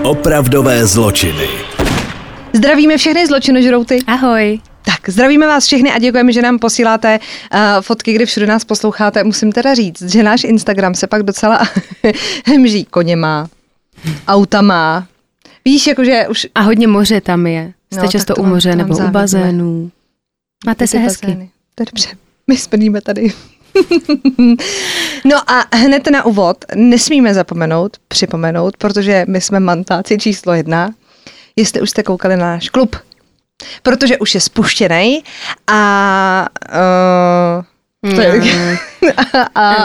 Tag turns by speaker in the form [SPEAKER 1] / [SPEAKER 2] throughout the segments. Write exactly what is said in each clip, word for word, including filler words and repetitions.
[SPEAKER 1] Opravdové zločiny.
[SPEAKER 2] Zdravíme všechny zločinožrouty.
[SPEAKER 3] Ahoj.
[SPEAKER 2] Tak, zdravíme vás všechny a děkujeme, že nám posíláte uh, fotky, kdy všude nás posloucháte. Musím teda říct, že náš Instagram se pak docela hemží koněma, autama. Víš, jakože už...
[SPEAKER 3] A hodně moře tam je. Jste no, často u moře nebo u bazénů. Máte se hezky.
[SPEAKER 2] Bazény. To je dobře. My splníme tady. No a hned na úvod nesmíme zapomenout, připomenout, protože my jsme mantáci číslo jedna, jestli už jste koukali na náš klub. Protože už je spuštěnej a... Uh, to je, a, a,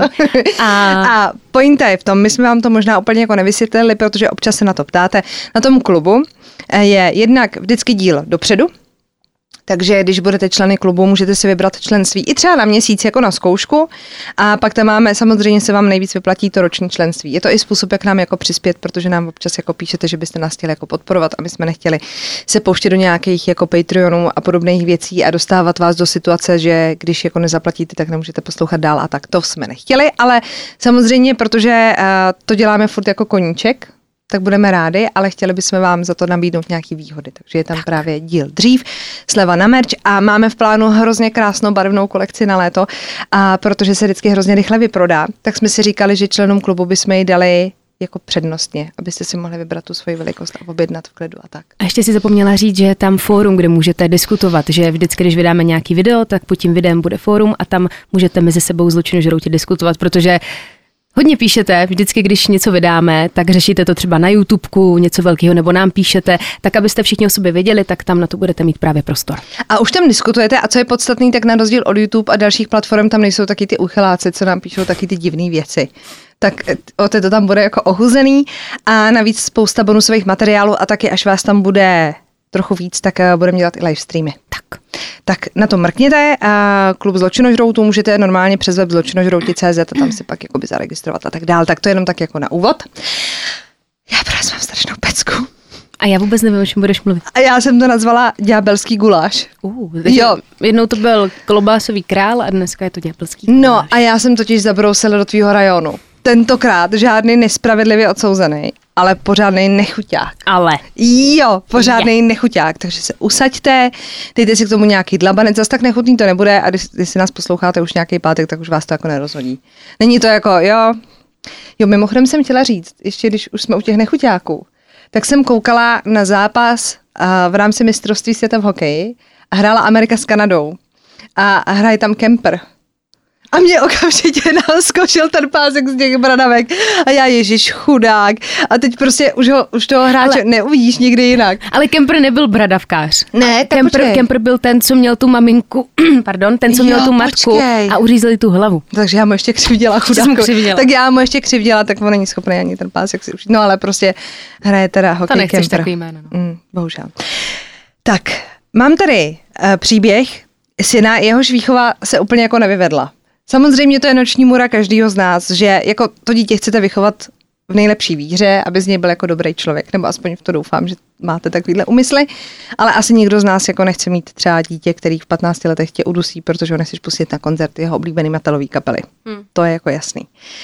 [SPEAKER 2] a, a pointa je v tom, my jsme vám to možná úplně jako nevysvětlili, protože občas se na to ptáte. Na tom klubu je jednak vždycky díl dopředu, takže když budete členy klubu, můžete si vybrat členství i třeba na měsíc jako na zkoušku a pak tam máme, samozřejmě se vám nejvíc vyplatí to roční členství. Je to i způsob, jak nám jako přispět, protože nám občas jako píšete, že byste nás chtěli jako podporovat a my jsme nechtěli se pouštět do nějakých jako Patreonů a podobných věcí a dostávat vás do situace, že když jako nezaplatíte, tak nemůžete poslouchat dál a tak. To jsme nechtěli, ale samozřejmě, protože uh, to děláme furt jako koníček, tak budeme rádi, ale chtěli bychom vám za to nabídnout nějaký výhody. Takže je tam tak. Právě díl dřív, sleva na merch a máme v plánu hrozně krásnou barevnou kolekci na léto a protože se vždycky hrozně rychle vyprodá, tak jsme si říkali, že členům klubu bychom ji dali jako přednostně, abyste si mohli vybrat tu svoji velikost a objednat v klidu a tak.
[SPEAKER 3] A ještě si zapomněla říct, že je tam fórum, kde můžete diskutovat, že vždycky, když vydáme nějaký video, tak pod tím videem bude fórum a tam můžete mezi sebou zločinožrouti diskutovat, protože hodně píšete, vždycky, když něco vydáme, tak řešíte to třeba na YouTubeku, něco velkého, nebo nám píšete, tak abyste všichni o sobě věděli, tak tam na to budete mít právě prostor.
[SPEAKER 2] A už tam diskutujete a co je podstatný, tak na rozdíl od YouTube a dalších platform tam nejsou taky ty uchyláci, co nám píšou taky ty divné věci. Tak o to tam bude jako ohuzený a navíc spousta bonusových materiálů a taky až vás tam bude trochu víc, tak budeme dělat i live streamy.
[SPEAKER 3] Tak.
[SPEAKER 2] Tak na to mrkněte a klub zločinožroutů můžete normálně přes web zločinožrouti tečka cé zet a tam si pak jakoby zaregistrovat a tak dál. Tak to jenom tak jako na úvod. Já právě mám strašnou pecku.
[SPEAKER 3] A já vůbec nevím, o čem budeš mluvit.
[SPEAKER 2] A já jsem to nazvala ďábelský guláš.
[SPEAKER 3] Uh, jo. Jednou to byl klobásový král a dneska je to ďábelský guláš.
[SPEAKER 2] No a já jsem totiž zabrousila do tvýho rajonu. Tentokrát žádný nespravedlivě odsouzený, ale pořádnej nechuťák.
[SPEAKER 3] Ale.
[SPEAKER 2] Jo, pořádnej nechuťák, takže se usaďte, dejte si k tomu nějaký dlabanec, zase tak nechutný to nebude a když, když si nás posloucháte už nějaký pátek, tak už vás to jako nerozhodí. Není to jako, jo, jo, mimochodem jsem chtěla říct, ještě když už jsme u těch nechuťáků, tak jsem koukala na zápas v rámci mistrovství světa v hokeji a hrála Amerika s Kanadou a hraje tam Kemper. A mě okamžitě naskočil ten pásek z těch bradavek a já ježiš chudák. A teď prostě už, ho, už toho hráče ale, neuvidíš nikdy jinak.
[SPEAKER 3] Ale Kemper nebyl bradavkář.
[SPEAKER 2] Ne, tak
[SPEAKER 3] Kemper, Kemper byl ten, co měl tu maminku, pardon, ten, co jo, měl tu matku počkej. A uřízli tu hlavu.
[SPEAKER 2] Takže já mu ještě křivděla chudáku. Tak já mu ještě křivděla, tak on není schopný ani ten pásek si užít. No ale prostě hraje teda hokej Kemper.
[SPEAKER 3] To nechceš takový jméno. No.
[SPEAKER 2] Mm, bohužel. Tak, mám tady uh, příběh syna, jehož výchova se úplně jako nevyvedla. Samozřejmě to je noční můra každýho z nás, že jako to dítě chcete vychovat v nejlepší víře, aby z něj byl jako dobrý člověk, nebo aspoň v to doufám, že máte takovýhle úmysly, ale asi nikdo z nás jako nechce mít třeba dítě, který v patnácti letech tě udusí, protože ho nechceš pustit na koncert jeho oblíbený metalový kapely. Hmm. To je jako jasný.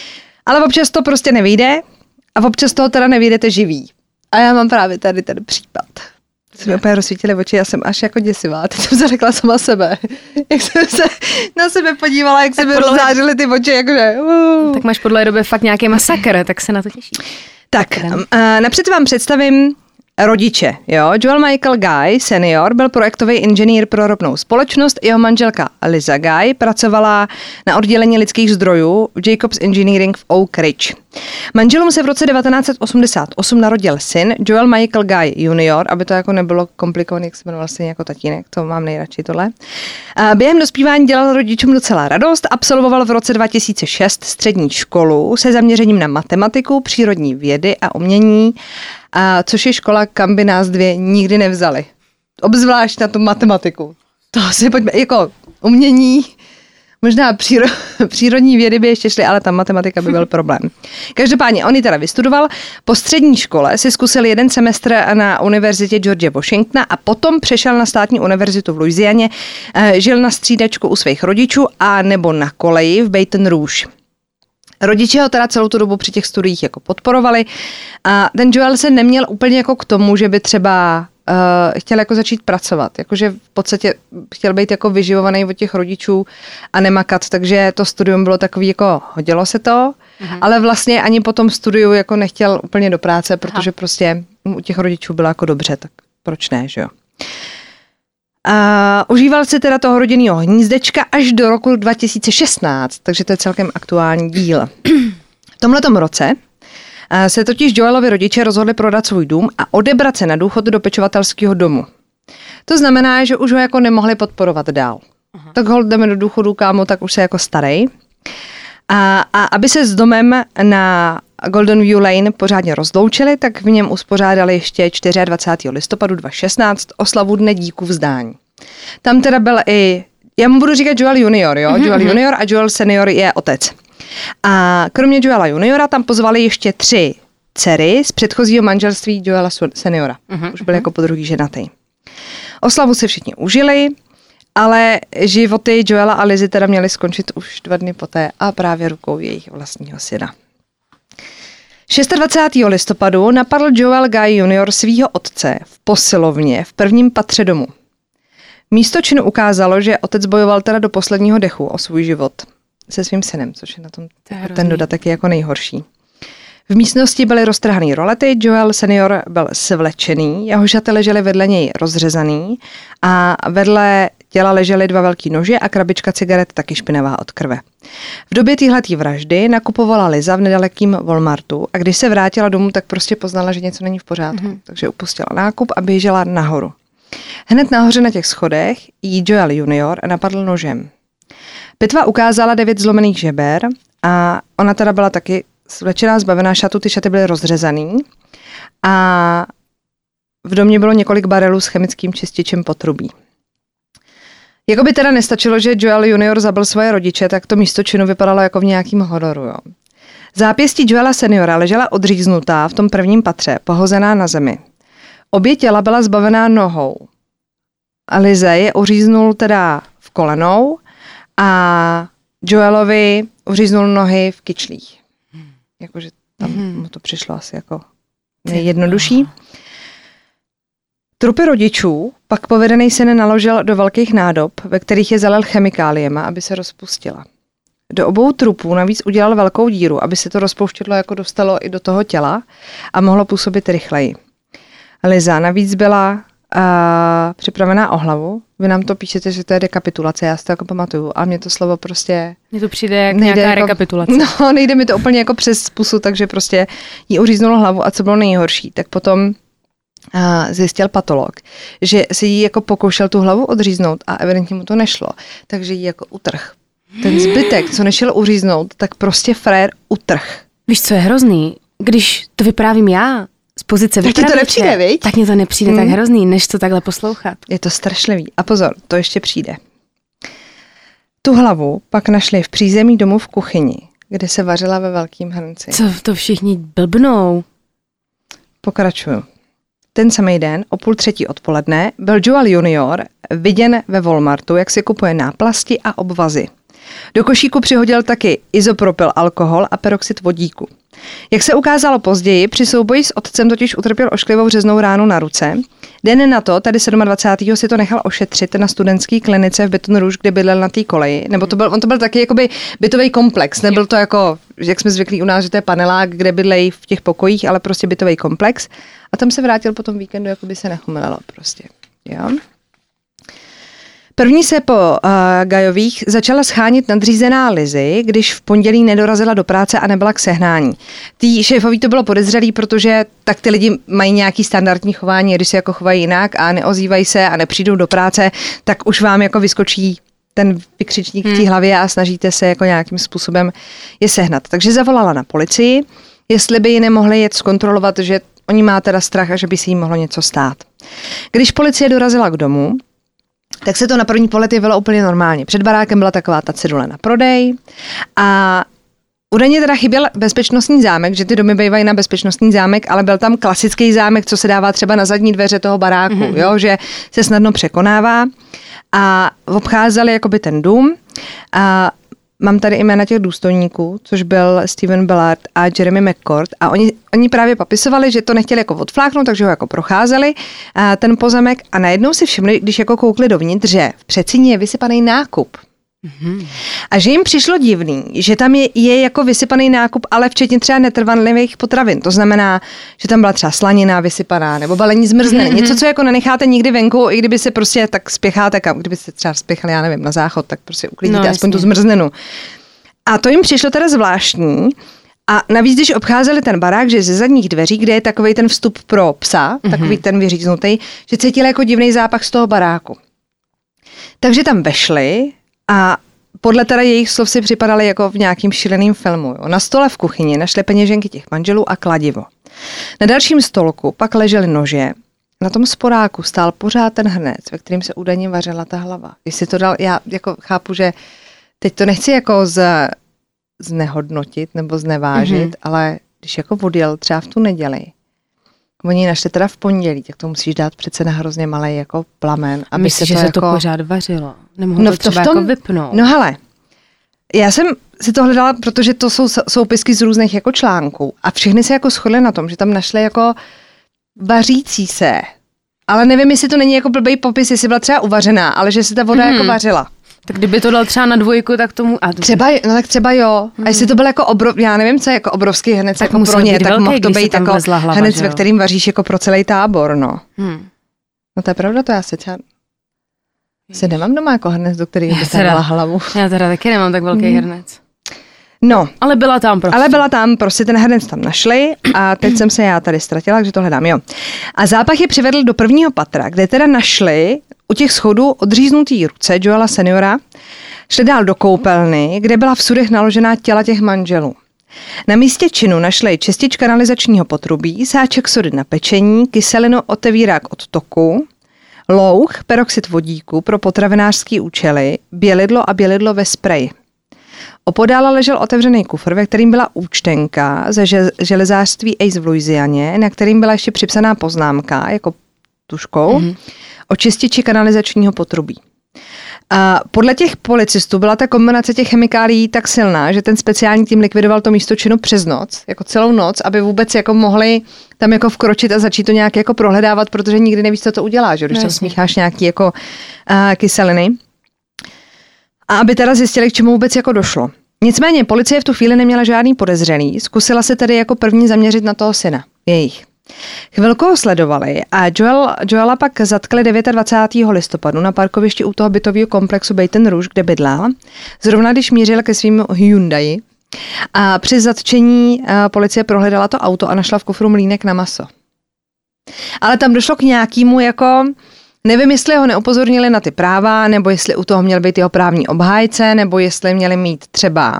[SPEAKER 2] Ale občas to prostě nevyjde a občas toho teda nevyjdete živý. A já mám právě tady ten případ. Se mi úplně rozsvítily oči, já jsem až jako děsivá. Teď jsem se řekla sama sebe. Jak jsem se na sebe podívala, jak se mi rozzářily ty oči, jakože... Uh.
[SPEAKER 3] Tak máš podle doby fakt nějaký masakr, tak se na to těším.
[SPEAKER 2] Tak, uh, napřed vám představím rodiče. Jo? Joel Michael Guy senior byl projektový inženýr pro ropnou společnost, jeho manželka Liza Guy pracovala na oddělení lidských zdrojů v Jacobs Engineering v Oak Ridge. Manželům se v roce devatenáct set osmdesát osm narodil syn Joel Michael Guy junior, aby to jako nebylo komplikované, jak se jmenoval stejně jako tatínek, to mám nejradši tohle. A během dospívání dělal rodičům docela radost, absolvoval v roce dva tisíce šest střední školu se zaměřením na matematiku, přírodní vědy a umění, a což je škola, kam by nás dvě nikdy nevzali. Obzvlášť na tu matematiku. To si pojďme, jako umění, možná příro, přírodní vědy by ještě šly, ale ta matematika by byl problém. Každopádně on ji teda vystudoval. Po střední škole si zkusil jeden semestr na univerzitě George Washingtona a potom přešel na státní univerzitu v Louisianě, žil na střídačku u svých rodičů a nebo na koleji v Baton Rouge. Rodiče ho teda celou tu dobu při těch studiích jako podporovali a ten Joel se neměl úplně jako k tomu, že by třeba uh, chtěl jako začít pracovat, jakože v podstatě chtěl být jako vyživovaný od těch rodičů a nemakat, takže to studium bylo takový jako hodilo se to, mhm. ale vlastně ani po tom studiu jako nechtěl úplně do práce, protože Aha. prostě u těch rodičů bylo jako dobře, tak proč ne, že jo. A užíval si teda toho rodinného hnízdečka až do roku dva tisíce šestnáct, takže to je celkem aktuální díl. V tomhletom roce se totiž Joelovi rodiče rozhodli prodat svůj dům a odebrat se na důchod do pečovatelského domu. To znamená, že už ho jako nemohli podporovat dál. Aha. Tak ho jdeme do důchodu, kámo, tak už se jako starej. A, a aby se s domem na Golden View Lane pořádně rozloučili, tak v něm uspořádali ještě dvacátého čtvrtého listopadu dva tisíce šestnáct oslavu Dne díků vzdání. Tam teda byl i, já mu budu říkat Joel junior, jo? Mm-hmm. Joel junior a Joel senior je otec. A kromě Joela juniora tam pozvali ještě tři dcery z předchozího manželství Joela seniora. Mm-hmm. Už byl jako podruhý ženatý. Oslavu si všichni užili, ale životy Joela a Lizzy teda měly skončit už dva dny poté a právě rukou jejich vlastního syna. dvacátého šestého listopadu napadl Joel Guy junior svýho otce v posilovně v prvním patře domu. Místo činu ukázalo, že otec bojoval teda do posledního dechu o svůj život se svým synem, což je na tom ten dodatek je jako nejhorší. V místnosti byly roztrhaný rolety, Joel senior byl svlečený, jeho šaty ležely vedle něj rozřezaný a vedle těla ležely dva velký nože a krabička cigaret taky špinavá od krve. V době téhletý vraždy nakupovala Liza v nedalekým Walmartu a když se vrátila domů, tak prostě poznala, že něco není v pořádku. Mm-hmm. Takže upustila nákup a běžela nahoru. Hned nahoře na těch schodech jí Joel junior napadl nožem. Pitva ukázala devět zlomených žeber a ona teda byla taky svlečená, zbavená šatu, ty šaty byly rozřezaný a v domě bylo několik barelů s chemickým čističem potrubí. Jakoby teda nestačilo, že Joel junior zabil svoje rodiče, tak to místo činu vypadalo jako v nějakým hororu. Jo. Zápěstí Joela seniora ležela odříznutá v tom prvním patře, pohozená na zemi. Obě těla byla zbavená nohou. A Lize je uříznul teda v kolenou a Joelovi uříznul nohy v kyčlích. Jakože tam mu to přišlo asi jako nejjednodušší. Trupy rodičů pak povedený syn naložil do velkých nádob, ve kterých je zalil chemikáliema, aby se rozpustila. Do obou trupů navíc udělal velkou díru, aby se to rozpouštědlo jako dostalo i do toho těla a mohlo působit rychleji. Liza navíc byla uh, připravená o hlavu. Vy nám to píšete, že to je dekapitulace, já si to jako pamatuju a mě to slovo prostě...
[SPEAKER 3] Mně to přijde jak nějaká jako, rekapitulace.
[SPEAKER 2] No, nejde mi to úplně jako přes pusu, takže prostě jí uříznulo hlavu a co bylo nejhorší, tak potom a zjistil patolog, že si jí jako pokoušel tu hlavu odříznout a evidentně mu to nešlo, takže jí jako utrh. Ten zbytek, co nešel uříznout, tak prostě frér utrh.
[SPEAKER 3] Víš, co je hrozný? Když to vyprávím já z pozice vypravěče,
[SPEAKER 2] tak to nepřijde, viď?
[SPEAKER 3] Tak mně to nepřijde hmm. tak hrozný, než to takhle poslouchat.
[SPEAKER 2] Je to strašlivý. A pozor, to ještě přijde. Tu hlavu pak našli v přízemí domu v kuchyni, kde se vařila ve velkým hrnci.
[SPEAKER 3] Co to všichni blbnou?
[SPEAKER 2] Pokračuju. Ten samý den, o půl třetí odpoledne, byl Joel junior viděn ve Walmartu, jak si kupuje náplasti a obvazy. Do košíku přihodil taky izopropyl alkohol a peroxid vodíku. Jak se ukázalo později, při souboji s otcem totiž utrpěl ošklivou řeznou ránu na ruce. Den na to, tady dvacátého sedmého si to nechal ošetřit na studentské klinice v Baton Rouge, kde bydlel na té koleji. Nebo to byl, on to byl taky jakoby bytový komplex. Nebyl to jako, jak jsme zvyklí u nás, že to je panelák, kde bydlejí v těch pokojích, ale prostě bytový komplex. A tam se vrátil po tom víkendu, jako by se nechumelalo prostě. Jo? První se po uh, Gajových začala schánit nadřízená Lizzy, když v pondělí nedorazila do práce a nebyla k sehnání. Tý šéfový to bylo podezřelý, protože tak ty lidi mají nějaký standardní chování, když se jako chovají jinak a neozývají se a nepřijdou do práce, tak už vám jako vyskočí ten vykřičník hmm. v té hlavě a snažíte se jako nějakým způsobem je sehnat. Takže zavolala na policii, jestli by ji nemohli jet zkontrolovat, že oni má teda strach a že by se jí mohlo něco stát. Když policie dorazila k domu, tak se to na první pohled jevilo úplně normálně. Před barákem byla taková ta cedule na prodej a údajně teda chyběl bezpečnostní zámek, že ty domy bývají na bezpečnostní zámek, ale byl tam klasický zámek, co se dává třeba na zadní dveře toho baráku, mm-hmm. jo, že se snadno překonává a obcházeli jakoby ten dům a mám tady jména těch důstojníků, což byl Steven Ballard a Jeremy McCord a oni, oni právě popisovali, že to nechtěli jako odfláknout, takže ho jako procházeli a ten pozemek a najednou si všimli, když jako koukli dovnitř, že v předsíni je vysypaný nákup. Mm-hmm. A že jim přišlo divný, že tam je, je jako vysypaný nákup, ale včetně třeba netrvanlivých potravin. To znamená, že tam byla třeba slanina vysypaná nebo balení zmrzliny. Mm-hmm. Něco, co jako nenecháte nikdy venku, i kdyby se prostě tak spěcháte kam, kdyby se třeba spěchali, já nevím, na záchod, tak prostě uklidíte no, aspoň tu zmrzlinu. A to jim přišlo teda zvláštní. A navíc, když obcházeli ten barák, že ze zadních dveří, kde je takovej ten vstup pro psa, mm-hmm. takový ten vyříznutý, že cítili jako divný zápach z toho baráku. Takže tam vešli a podle teda jejich slov si připadali jako v nějakým šíleným filmu. Jo. Na stole v kuchyni našli peněženky těch manželů a kladivo. Na dalším stolku pak ležely nože. Na tom sporáku stál pořád ten hrnec, ve kterým se údajně vařila ta hlava. Když si to dal, já jako chápu, že teď to nechci jako z, znehodnotit nebo znevážit, mm-hmm. ale když jako odjel třeba v tu neděli, oni našli teda v pondělí, tak to musíš dát přece na hrozně malý jako plamen. Aby
[SPEAKER 3] Myslíš,
[SPEAKER 2] se to
[SPEAKER 3] že se
[SPEAKER 2] jako...
[SPEAKER 3] to pořád vařilo? Nemohlo
[SPEAKER 2] no
[SPEAKER 3] to třeba
[SPEAKER 2] v tom...
[SPEAKER 3] jako vypnout?
[SPEAKER 2] No hele, já jsem si to hledala, protože to jsou soupisky z různých jako článků a všechny se jako shodly na tom, že tam našli jako vařící se, ale nevím, jestli to není jako blbý popis, jestli byla třeba uvařená, ale že se ta voda hmm. jako vařila.
[SPEAKER 3] Tak kdyby to dal třeba na dvojku, tak tomu... A to...
[SPEAKER 2] Třeba, no tak třeba jo. Hmm. A jestli to byl jako obrov, já nevím, co je jako obrovský hned
[SPEAKER 3] tak
[SPEAKER 2] jako pro ně, tak
[SPEAKER 3] velký,
[SPEAKER 2] mohl to být jako
[SPEAKER 3] hlava,
[SPEAKER 2] hned, ve kterým vaříš jako pro celý tábor, no.
[SPEAKER 3] Hmm.
[SPEAKER 2] No to je pravda, to já se třeba... Se nemám doma jako hrnec, do kterého by se dala hlavu.
[SPEAKER 3] Já teda taky nemám tak velký hmm. hrnec.
[SPEAKER 2] No.
[SPEAKER 3] Ale byla tam prostě.
[SPEAKER 2] Ale byla tam, prostě ten hrnec tam našli a teď jsem se já tady ztratila, takže to hledám, jo. A zápach je přivedl do prvního patra, kde teda našli u těch schodů odříznutý ruce Joela seniora, šli dál do koupelny, kde byla v sudech naložená těla těch manželů. Na místě činu našli čistič kanalizačního potrubí, sáček sody na pečení, kyselinu otevírák od toku, louh, peroxid vodíku pro potravinářský účely, bělidlo a bělidlo ve spreji. Opodál ležel otevřený kufr, ve kterým byla účtenka ze železářství Ace v Louisianě, na kterým byla ještě připsaná poznámka, jako tuškou, mm-hmm. o čističi kanalizačního potrubí. A podle těch policistů byla ta kombinace těch chemikálií tak silná, že ten speciální tým likvidoval to místo činu přes noc, jako celou noc, aby vůbec jako mohli tam jako vkročit a začít to nějak jako prohledávat, protože nikdy nevíš, co to udělá, že? Když no, tam smícháš nějaký jako uh, kyseliny. A aby teda zjistili, k čemu vůbec jako došlo. Nicméně policie v tu chvíli neměla žádný podezřelý, zkusila se tedy jako první zaměřit na toho syna, jejich. Chvilku ho sledovali a Joel, Joela pak zatkli dvacátého devátého listopadu na parkovišti u toho bytového komplexu Baton Rouge, kde bydlel, zrovna když mířil ke svým Hyundai. A při zatčení policie prohledala to auto a našla v kufru mlýnek na maso. Ale tam došlo k nějakému jako... Nevím, jestli ho neupozornili na ty práva, nebo jestli u toho měl být jeho právní obhájce, nebo jestli měli mít třeba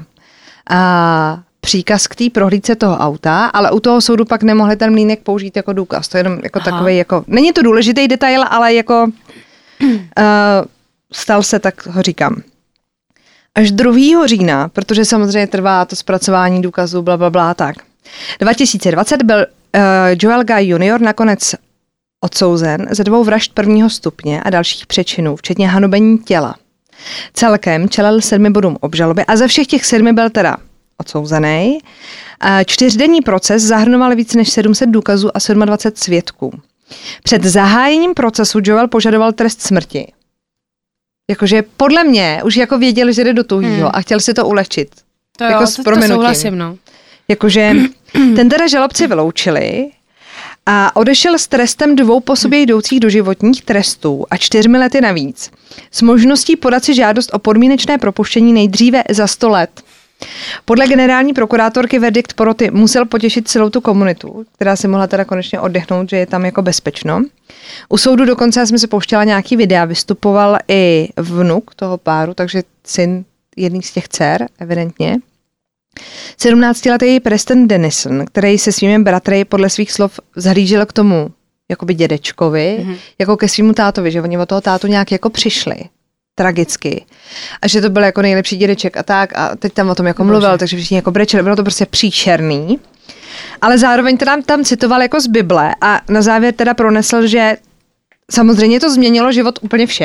[SPEAKER 2] a, příkaz k té prohlídce toho auta, ale u toho soudu pak nemohli ten mlýnek použít jako důkaz. To je jenom jako takový, jako, není to důležitý detail, ale jako uh, stal se, tak ho říkám. Až druhého října, protože samozřejmě trvá to zpracování důkazů, blablabla, tak. dva tisíce dvacet byl uh, Joel Guy junior nakonec odsouzen ze dvou vražd prvního stupně a dalších přečinů, včetně hanobení těla. Celkem čelil sedmi bodům obžaloby a ze všech těch sedmi byl teda odsouzený. Čtyřdenní proces zahrnoval víc než sedm set důkazů a dvacet sedm svědků. Před zahájením procesu Joel požadoval trest smrti. Jakože podle mě už jako věděl, že jde do tuhýho hmm. a chtěl si to ulehčit.
[SPEAKER 3] To
[SPEAKER 2] jako
[SPEAKER 3] jo,
[SPEAKER 2] s
[SPEAKER 3] to, to souhlasím, no.
[SPEAKER 2] Jakože ten teda žalobci vyloučili a odešel s trestem dvou po sobě jdoucích doživotních trestů a čtyřmi lety navíc. S možností podat si žádost o podmínečné propuštění nejdříve za sto let. Podle generální prokurátorky verdikt poroty musel potěšit celou tu komunitu, která si mohla teda konečně oddechnout, že je tam jako bezpečno. U soudu dokonce já jsem si pouštěla nějaký videa, vystupoval i vnuk toho páru, takže syn jedný z těch dcer, evidentně. sedmnáctiletý Preston Dennison, který se svými bratry podle svých slov zhlížel k tomu jakoby dědečkovi, mm-hmm. jako ke svýmu tátovi, že oni od toho tátu nějak jako přišli. Tragicky. A že to byl jako nejlepší dědeček a tak. A teď tam o tom jako mluvil, takže všichni jako brečeli. Bylo to prostě příšerný. Ale zároveň teda tam citoval jako z Bible a na závěr teda pronesl, že samozřejmě to změnilo život úplně všem,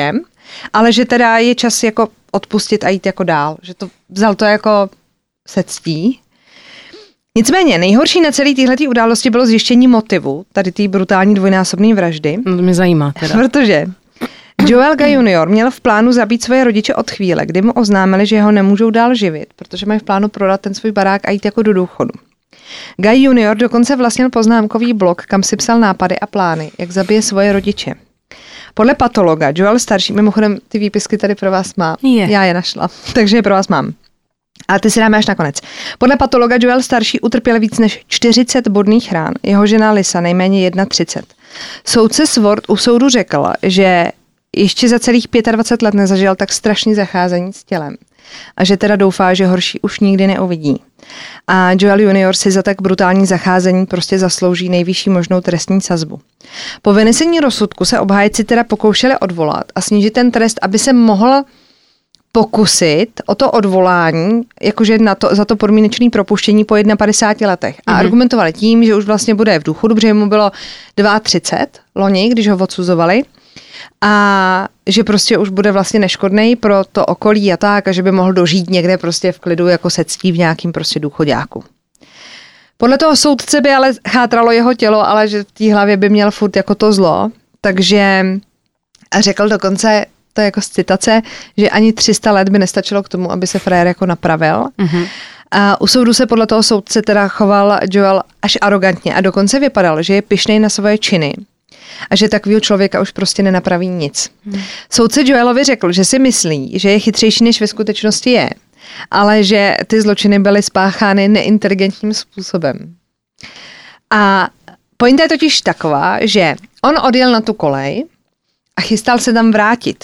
[SPEAKER 2] ale že teda je čas jako odpustit a jít jako dál, že to vzal to jako se ctí. Nicméně nejhorší na celé téhletý události bylo zjištění motivu tady té brutální dvojnásobné vraždy.
[SPEAKER 3] No to mě zajímá teda.
[SPEAKER 2] Protože Joel Guy junior měl v plánu zabít svoje rodiče od chvíle, kdy mu oznámili, že ho nemůžou dál živit, protože mají v plánu prodat ten svůj barák a jít jako do důchodu. Guy junior dokonce vlastnil poznámkový blok, kam si psal nápady a plány, jak zabije svoje rodiče. Podle patologa Joel starší, mimochodem ty výpisky tady pro vás mám,
[SPEAKER 3] je.
[SPEAKER 2] Já je našla, takže je pro vás mám. A ty si dáme až nakonec. Podle patologa Joel starší utrpěl víc než čtyřicet bodných rán, jeho žena Lisa nejméně třicet jedna. Soudce Sword u soudu řekl, že ještě za celých dvacet pět let nezažil tak strašný zacházení s tělem a že teda doufá, že horší už nikdy neuvidí. A Joel junior si za tak brutální zacházení prostě zaslouží nejvyšší možnou trestní sazbu. Po vynesení rozsudku se obhájci teda pokoušeli odvolat a snížit ten trest, aby se mohl pokusit o to odvolání, jakože na to, za to podmínečné propuštění po padesáti jedna letech. A mm-hmm. argumentovali tím, že už vlastně bude v důchodu, protože mu bylo třicet dva loni, když ho odsuzovali. A že prostě už bude vlastně neškodnej pro to okolí a tak, a že by mohl dožít někde prostě v klidu jako se ctí v nějakým prostě důchodáku. Podle toho soudce by ale chátralo jeho tělo, ale že v té hlavě by měl furt jako to zlo, takže a řekl dokonce, to je jako z citace, že ani tři sta let by nestačilo k tomu, aby se frajer jako napravil. Mm-hmm. A u soudu se podle toho soudce teda choval Joel až arrogantně a dokonce vypadal, že je pyšnej na svoje činy. A že takovýho člověka už prostě nenapraví nic. Hmm. Soudce Joelovi řekl, že si myslí, že je chytřejší, než ve skutečnosti je, ale že ty zločiny byly spáchány neinteligentním způsobem. A pointa je totiž taková, že on odjel na tu kolej a chystal se tam vrátit.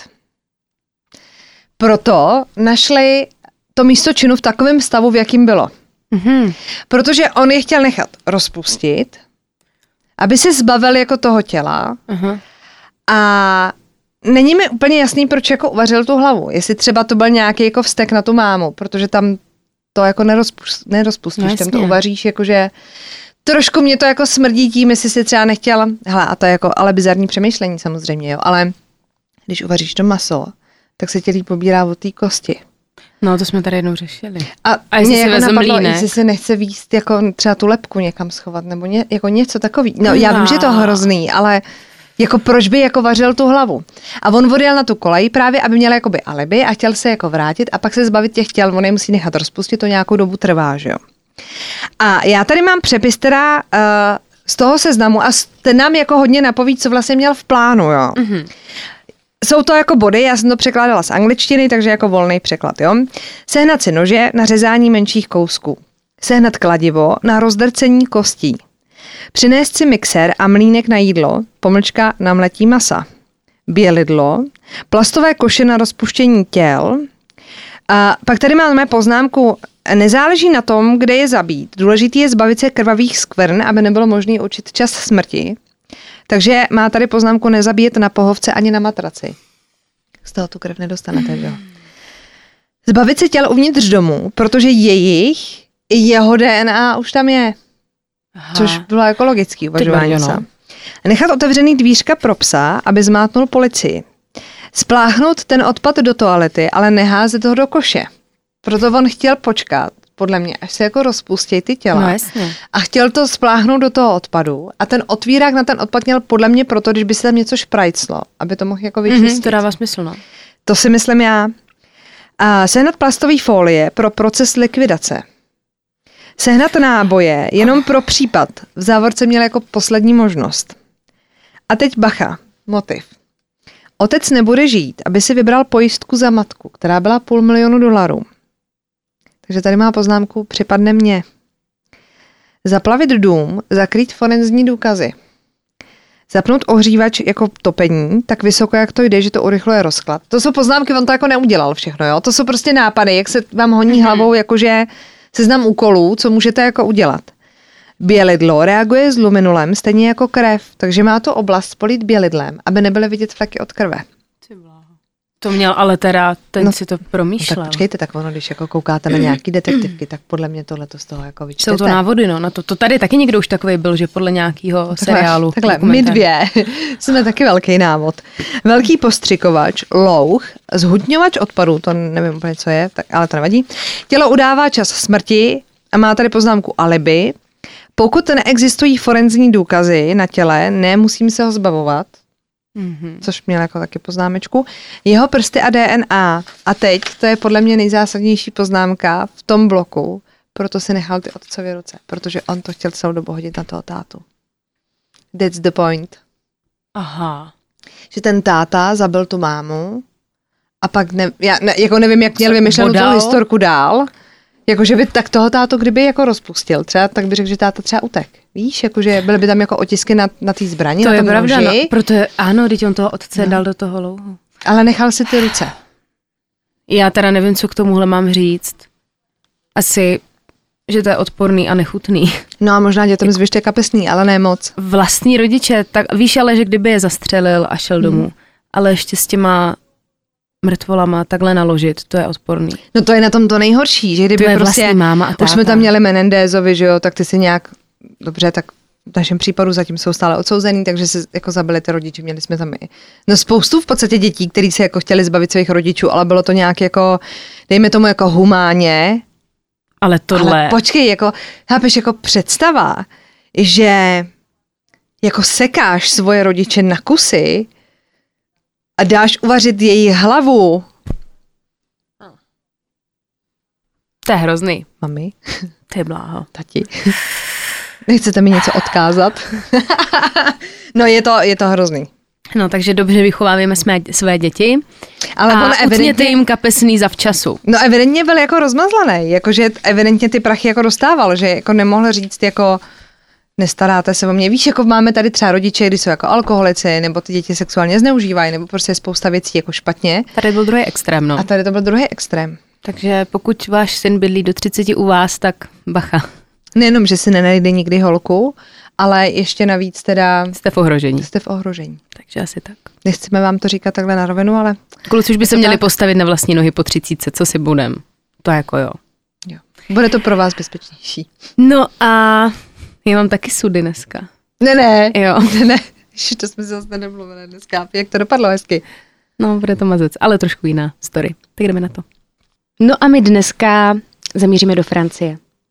[SPEAKER 2] Proto našli to místo činu v takovém stavu, v jakým bylo. Hmm. Protože on je chtěl nechat rozpustit, aby se zbavil jako toho těla. Uh-huh. A není mi úplně jasný, proč jako uvařil tu hlavu. Jestli třeba to byl nějaký jako vztek na tu mámu, protože tam to jako nerozpust, nerozpustíš, no, tam to uvaříš, jakože trošku mě to jako smrdí tím, jestli si třeba nechtěla, hele, a to je jako ale bizarní přemýšlení samozřejmě, jo, ale když uvaříš to maso, tak se tě líp pobírá od té kosti.
[SPEAKER 3] No, to jsme tady jednou řešili.
[SPEAKER 2] A, a jestli si jako napadlo, jestli se nechce víct jako třeba tu lebku někam schovat, nebo ně, jako něco takový. No, já vím, že to je hrozný, ale jako proč by jako vařil tu hlavu? A on odjel na tu kolej právě, aby měl jakoby alibi a chtěl se jako vrátit a pak se zbavit těch těl, on je musí nechat rozpustit, to nějakou dobu trvá, že jo. A já tady mám přepis teda uh, z toho seznamu a ten nám jako hodně napoví, co vlastně měl v plánu, jo. Mm-hmm. Jsou to jako body, já jsem to překládala z angličtiny, takže jako volný překlad, jo. Sehnat si nože na řezání menších kousků. Sehnat kladivo na rozdrcení kostí. Přinést si mixér a mlýnek na jídlo, pomlčka na mletí masa. Bělidlo, plastové koše na rozpuštění těl. A pak tady máme poznámku, nezáleží na tom, kde je zabít. Důležitý je zbavit se krvavých skvrn, aby nebylo možné určit čas smrti. Takže má tady poznámku nezabíjet na pohovce ani na matraci. Z toho tu krev nedostanete, že jo? Zbavit se těl uvnitř domu, protože jejich i jeho D N A už tam je. Aha. Což bylo jako logický uvažování. No. Nechat otevřený dvířka pro psa, aby zmátnul policii. Spláchnout ten odpad do toalety, ale neházet ho do koše. Proto on chtěl počkat, podle mě, až se jako rozpustí ty těla.
[SPEAKER 3] No, jasně.
[SPEAKER 2] A chtěl to spláchnout do toho odpadu. A ten otvírák na ten odpad měl podle mě proto, když by se tam něco šprajclo, aby to mohl jako vyčistit. Mm-hmm,
[SPEAKER 3] to dává smysl, no.
[SPEAKER 2] To si myslím já. A sehnat plastový folie pro proces likvidace. Sehnat náboje jenom pro případ. V závorce měl jako poslední možnost. A teď bacha, motiv. Otec nebude žít, aby si vybral pojistku za matku, která byla půl milionu dolarů. Takže tady má poznámku, připadne mně. Zaplavit dům, zakrýt forenzní důkazy. Zapnout ohřívač jako topení, tak vysoko, jak to jde, že to urychluje rozklad. To jsou poznámky, on to jako neudělal všechno, jo? To jsou prostě nápady, jak se vám honí mm-hmm. hlavou, jakože seznam úkolů, co můžete jako udělat. Bělidlo reaguje s luminolem stejně jako krev, takže má to oblast polít bělidlem, aby nebyly vidět fleky od krve.
[SPEAKER 3] To měl ale teda, ten
[SPEAKER 2] no,
[SPEAKER 3] si to promýšlel.
[SPEAKER 2] Tak počkejte, tak ono, když jako koukáte na nějaký detektivky, tak podle mě tohle to z toho jako vyčtete.
[SPEAKER 3] Jsou to návody, no. Na to, to tady taky někdo už takový byl, že podle nějakého
[SPEAKER 2] takhle,
[SPEAKER 3] seriálu.
[SPEAKER 2] Takhle, my dvě jsme taky velký návod. Velký postřikovač, louh, zhutňovač odpadů, to nevím úplně, co je, tak, ale to nevadí. Tělo udává čas smrti a má tady poznámku alibi. Pokud neexistují forenzní důkazy na těle, nemusím se ho zbavovat. Mm-hmm. Což měl jako taky poznámečku. Jeho prsty a D N A. A teď, to je podle mě nejzásadnější poznámka v tom bloku, proto si nechal ty otcovy ruce, protože on to chtěl celou dobu hodit na toho tátu. That's the point.
[SPEAKER 3] Aha.
[SPEAKER 2] Že ten táta zabil tu mámu a pak, ne, já ne, jako nevím, jak měl vymyšlenou tu historku dál, jakože by tak toho tátu, kdyby jako rozpustil třeba, tak by řekl, že táta třeba utek. Víš, jakože byly by tam jako otisky na, na té zbraně,
[SPEAKER 3] to
[SPEAKER 2] na
[SPEAKER 3] je
[SPEAKER 2] tom
[SPEAKER 3] pravda,
[SPEAKER 2] noži.
[SPEAKER 3] No, protože ano, teď on toho otce no. dal do toho louhu.
[SPEAKER 2] Ale nechal si ty ruce.
[SPEAKER 3] Já teda nevím, co k tomuhle mám říct. Asi, že to je odporný a nechutný.
[SPEAKER 2] No a možná dětem zvyšte kapesný, ale ne moc.
[SPEAKER 3] Vlastní rodiče, tak víš ale, že kdyby je zastřelil a šel hmm. domů, ale ještě s těma mrtvolama takhle naložit, to je odporný.
[SPEAKER 2] No to je na tom to nejhorší, že kdyby
[SPEAKER 3] to je
[SPEAKER 2] prostě,
[SPEAKER 3] máma a táta.
[SPEAKER 2] Už jsme tam měli Menendézovi, že jo, tak ty si nějak, dobře, tak v našem případu zatím jsou stále odsouzený, takže se jako zabili ty rodiče, měli jsme tam i no spoustu v podstatě dětí, kteří se jako chtěli zbavit svých rodičů, ale bylo to nějak jako, dejme tomu jako humánně.
[SPEAKER 3] Ale tohle...
[SPEAKER 2] Ale počkej, jako, chápeš, jako představa, že jako sekáš svoje rodiče na kusy a dáš uvařit její hlavu.
[SPEAKER 3] To je hrozný.
[SPEAKER 2] Mami.
[SPEAKER 3] To je bláho.
[SPEAKER 2] Tati. Nechcete mi něco odkázat? No je to, je to hrozný.
[SPEAKER 3] No takže dobře vychováváme jsme své děti.
[SPEAKER 2] Ale
[SPEAKER 3] a
[SPEAKER 2] evidentně...
[SPEAKER 3] utněte jim kapesný zavčasu.
[SPEAKER 2] No evidentně byl jako rozmazlený, jakože evidentně ty prachy jako dostával, že jako nemohl říct jako nestaráte se o mě. Víš, jako máme tady třeba rodiče, kdy jsou jako alkoholici, nebo ty děti sexuálně zneužívají, nebo prostě je spousta věcí jako špatně.
[SPEAKER 3] Tady byl druhý extrém, no.
[SPEAKER 2] A tady to byl druhý extrém.
[SPEAKER 3] Takže pokud váš syn bydlí do třiceti u vás, tak bacha.
[SPEAKER 2] Nejenom, že si nenajde nikdy holku, ale ještě navíc teda...
[SPEAKER 3] Jste v ohrožení.
[SPEAKER 2] Jste v ohrožení.
[SPEAKER 3] Takže asi tak.
[SPEAKER 2] Nechceme vám to říkat takhle na rovinu, ale...
[SPEAKER 3] Kluci už by se
[SPEAKER 2] tak...
[SPEAKER 3] měli postavit na vlastní nohy po třicítce, co si budem. To jako jo.
[SPEAKER 2] Jo. Bude to pro vás bezpečnější.
[SPEAKER 3] No a já mám taky sudy dneska.
[SPEAKER 2] Ne, ne.
[SPEAKER 3] Jo.
[SPEAKER 2] Ne, ne. Ještě to jsme se zase nemluvili dneska. Jak to dopadlo hezky?
[SPEAKER 3] No, bude to mazec, ale trošku jiná story. Tak jdeme na to. No a my dneska zamíříme do Francie.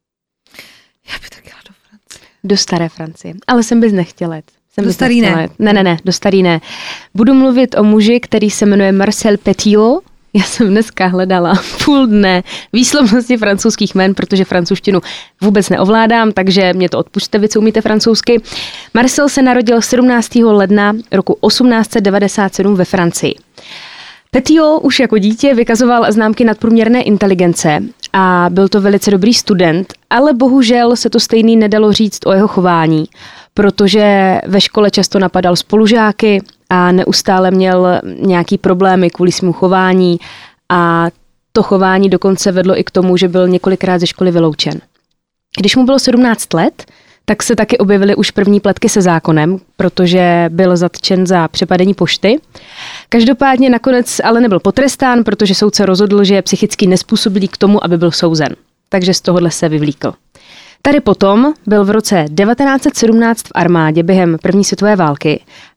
[SPEAKER 2] Já bych tak jela do Francie.
[SPEAKER 3] Do staré Francie. Ale jsem bys nechtěla jet. Jsem
[SPEAKER 2] do starý ne.
[SPEAKER 3] Ne, ne, ne, do starý ne. Budu mluvit o muži, který se jmenuje Marcel Petiot. Já jsem dneska hledala půl dne výslovnosti francouzských jmen, protože francouzštinu vůbec neovládám, takže mě to odpusťte, vy co umíte francouzsky. Marcel se narodil sedmnáctého ledna roku osmnáct set devadesát sedm ve Francii. Petiot už jako dítě vykazoval známky nadprůměrné inteligence a byl to velice dobrý student, ale bohužel se to stejný nedalo říct o jeho chování, protože ve škole často napadal spolužáky a neustále měl nějaký problémy kvůli svému chování a to chování dokonce vedlo i k tomu, že byl několikrát ze školy vyloučen. Když mu bylo sedmnáct let, tak se taky objevily už první pletky se zákonem, protože byl zatčen za přepadení pošty. Každopádně nakonec ale nebyl potrestán, protože soudce rozhodl, že je psychicky nezpůsobilý k tomu, aby byl souzen. Takže z tohohle se vyvlíkl. Tady potom byl v roce devatenáct set sedmnáct v armádě během první světové války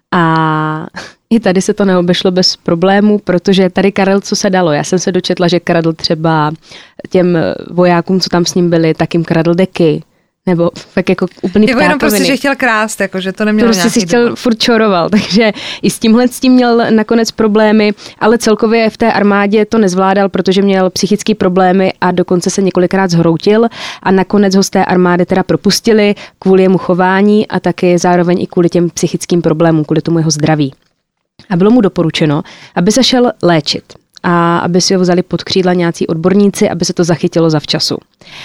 [SPEAKER 3] a i tady se to neobešlo bez problémů, protože tady kradl, co se dalo. Já jsem se dočetla, že kradl třeba těm vojákům, co tam s ním byli, tak jim kradl deky. Nebo tak jako úplný
[SPEAKER 2] jako jenom prostě, že chtěl krást, jako, že to nemělo
[SPEAKER 3] prostě
[SPEAKER 2] nějaký
[SPEAKER 3] si chtěl,
[SPEAKER 2] důvod.
[SPEAKER 3] furt čoroval, takže i s tímhle s tím měl nakonec problémy, ale celkově v té armádě to nezvládal, protože měl psychické problémy a dokonce se několikrát zhroutil a nakonec ho z té armády teda propustili kvůli jemu chování a taky zároveň i kvůli těm psychickým problémům, kvůli tomu jeho zdraví. A bylo mu doporučeno, aby se šel léčit a aby si ho vzali pod křídla nějací odborníci, aby se to zachytilo zavčasu.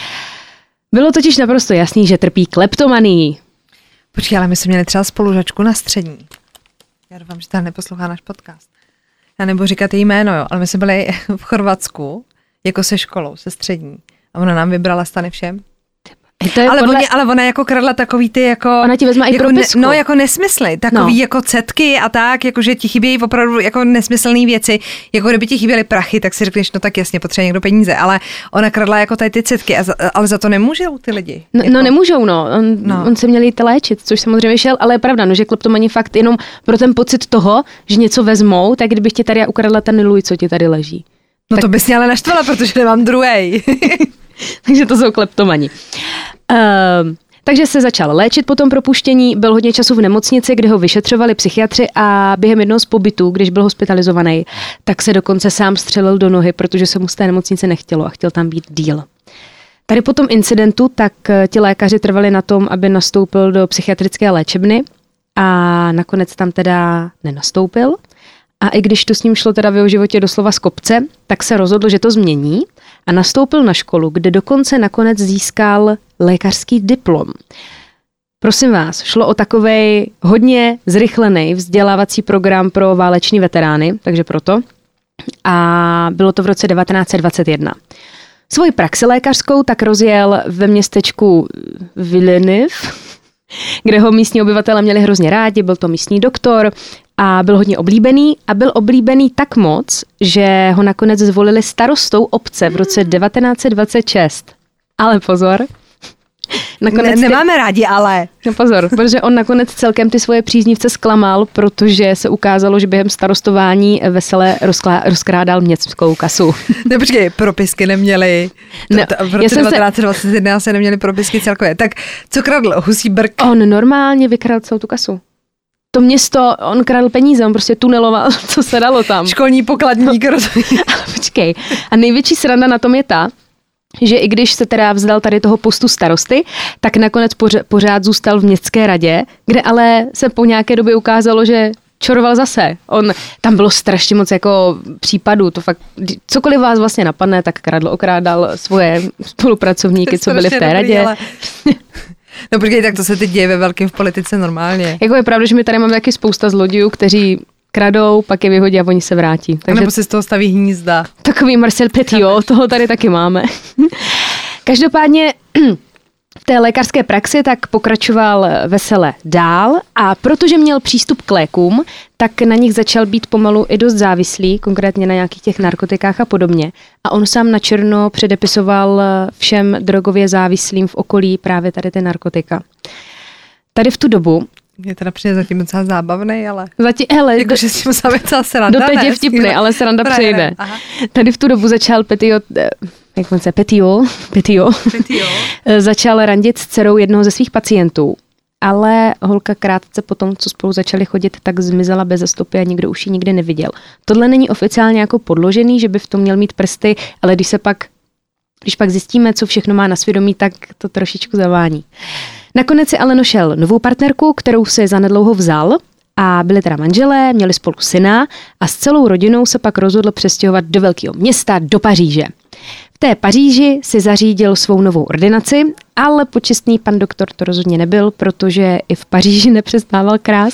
[SPEAKER 3] Bylo totiž naprosto jasný, že trpí kleptomanii.
[SPEAKER 2] Počkej, ale my jsme měli třeba spolužačku na střední. Já doufám, že ta neposlouchá náš podcast. Já nebudu říkat její jméno, jo, ale my jsme byli v Chorvatsku, jako se školou, se střední. A ona nám vybrala stany všem. Ale, podle... oni, ale ona jako kradla takový ty jako...
[SPEAKER 3] Ona ti vezme i
[SPEAKER 2] jako
[SPEAKER 3] propisku.
[SPEAKER 2] Ne, no jako nesmysly, takový no. jako cetky a tak, jakože ti chybějí opravdu jako nesmyslné věci. Jako kdyby ti chyběly prachy, tak si řekneš, no tak jasně, potřebuje někdo peníze, ale ona kradla jako tady ty cetky, a za, ale za to nemůžou ty lidi.
[SPEAKER 3] No,
[SPEAKER 2] jako...
[SPEAKER 3] no nemůžou, no. On, no. on se měl jít léčit, což samozřejmě šel, ale je pravda, no, že kleptomani fakt jenom pro ten pocit toho, že něco vezmou, tak kdybych ti tady ukradla ten luj, co ti tady leží.
[SPEAKER 2] No
[SPEAKER 3] tak...
[SPEAKER 2] to bys mě ale naštvala, protože nemám druhej.
[SPEAKER 3] Takže to jsou kleptomani. Uh, takže se začal léčit po tom propuštění, byl hodně času v nemocnici, kde ho vyšetřovali psychiatři a během jednoho z pobytů, když byl hospitalizovaný, tak se dokonce sám střelil do nohy, protože se mu z té nemocnice nechtělo a chtěl tam být díl. Tady po tom incidentu tak ti lékaři trvali na tom, aby nastoupil do psychiatrické léčebny a nakonec tam teda nenastoupil. A i když to s ním šlo teda v jeho životě doslova z kopce, tak se rozhodl, že to změní a nastoupil na školu, kde dokonce nakonec získal lékařský diplom. Prosím vás, šlo o takovej hodně zrychlený vzdělávací program pro váleční veterány, takže proto. A bylo to v roce devatenáct set dvacet jedna. Svoji praxi lékařskou tak rozjel ve městečku Villeneuve, kde ho místní obyvatele měli hrozně rádi, byl to místní doktor a byl hodně oblíbený a byl oblíbený tak moc, že ho nakonec zvolili starostou obce v roce devatenáct set dvacet šest. Ale pozor.
[SPEAKER 2] Ne, nemáme ty... rádi, ale.
[SPEAKER 3] No pozor, protože on nakonec celkem ty svoje příznivce zklamal, protože se ukázalo, že během starostování vesele rozklá, rozkrádal městskou kasu.
[SPEAKER 2] Ne, počkej, propisky neměli. To, no, to, v roce devatenáct set dvacet jedna se... se neměli propisky celkově. Tak co kradl? Husí brk?
[SPEAKER 3] On normálně vykradl celou tu kasu. To město, on kradl peníze, on prostě tuneloval, co se dalo tam.
[SPEAKER 2] Školní pokladník, no.
[SPEAKER 3] Ale počkej. A největší sranda na tom je ta, že i když se teda vzdal tady toho postu starosty, tak nakonec pořád zůstal v městské radě, kde ale se po nějaké době ukázalo, že čoroval zase. On, tam bylo strašně moc jako případů, to fakt, cokoliv vás vlastně napadne, tak kradl, okrádal svoje spolupracovníky, co byli v té radě. Ale...
[SPEAKER 2] No počkej, tak to se teď děje ve velkém v politice normálně.
[SPEAKER 3] Jako je pravda, že my tady máme taky spousta zlodějů, kteří kradou, pak je vyhodí a oni se vrátí.
[SPEAKER 2] Takže nebo si z toho staví hnízda.
[SPEAKER 3] Takový Marcel Petiot, toho tady taky máme. Každopádně v té lékařské praxi tak pokračoval vesele dál a protože měl přístup k lékům, tak na nich začal být pomalu i dost závislý, konkrétně na nějakých těch narkotikách a podobně. A on sám na černo předepisoval všem drogově závislým v okolí právě tady ty narkotika. Tady v tu dobu
[SPEAKER 2] mě teda přijde zatím docela zábavnej, ale...
[SPEAKER 3] Zatím, hele,
[SPEAKER 2] jako,
[SPEAKER 3] do,
[SPEAKER 2] že s tím musela být celá sranda.
[SPEAKER 3] Doteď je vtipný, ale sranda přejde. Tady v tu dobu začal Petiot, jak on se, Petiot, Petiot, Petiot. začal randit s dcerou jednoho ze svých pacientů. Ale holka krátce potom, co spolu začali chodit, tak zmizela bez stopy a nikdo už ji nikdy neviděl. Tohle není oficiálně jako podložený, že by v tom měl mít prsty, ale když se pak, když pak zjistíme, co všechno má na svědomí, tak to trošičku zavání. Nakonec si ale našel novou partnerku, kterou si zanedlouho vzal a byli teda manželé, měli spolu syna a s celou rodinou se pak rozhodl přestěhovat do velkého města, do Paříže. V té Paříži si zařídil svou novou ordinaci, ale počestný pan doktor to rozhodně nebyl, protože i v Paříži nepřestával krást.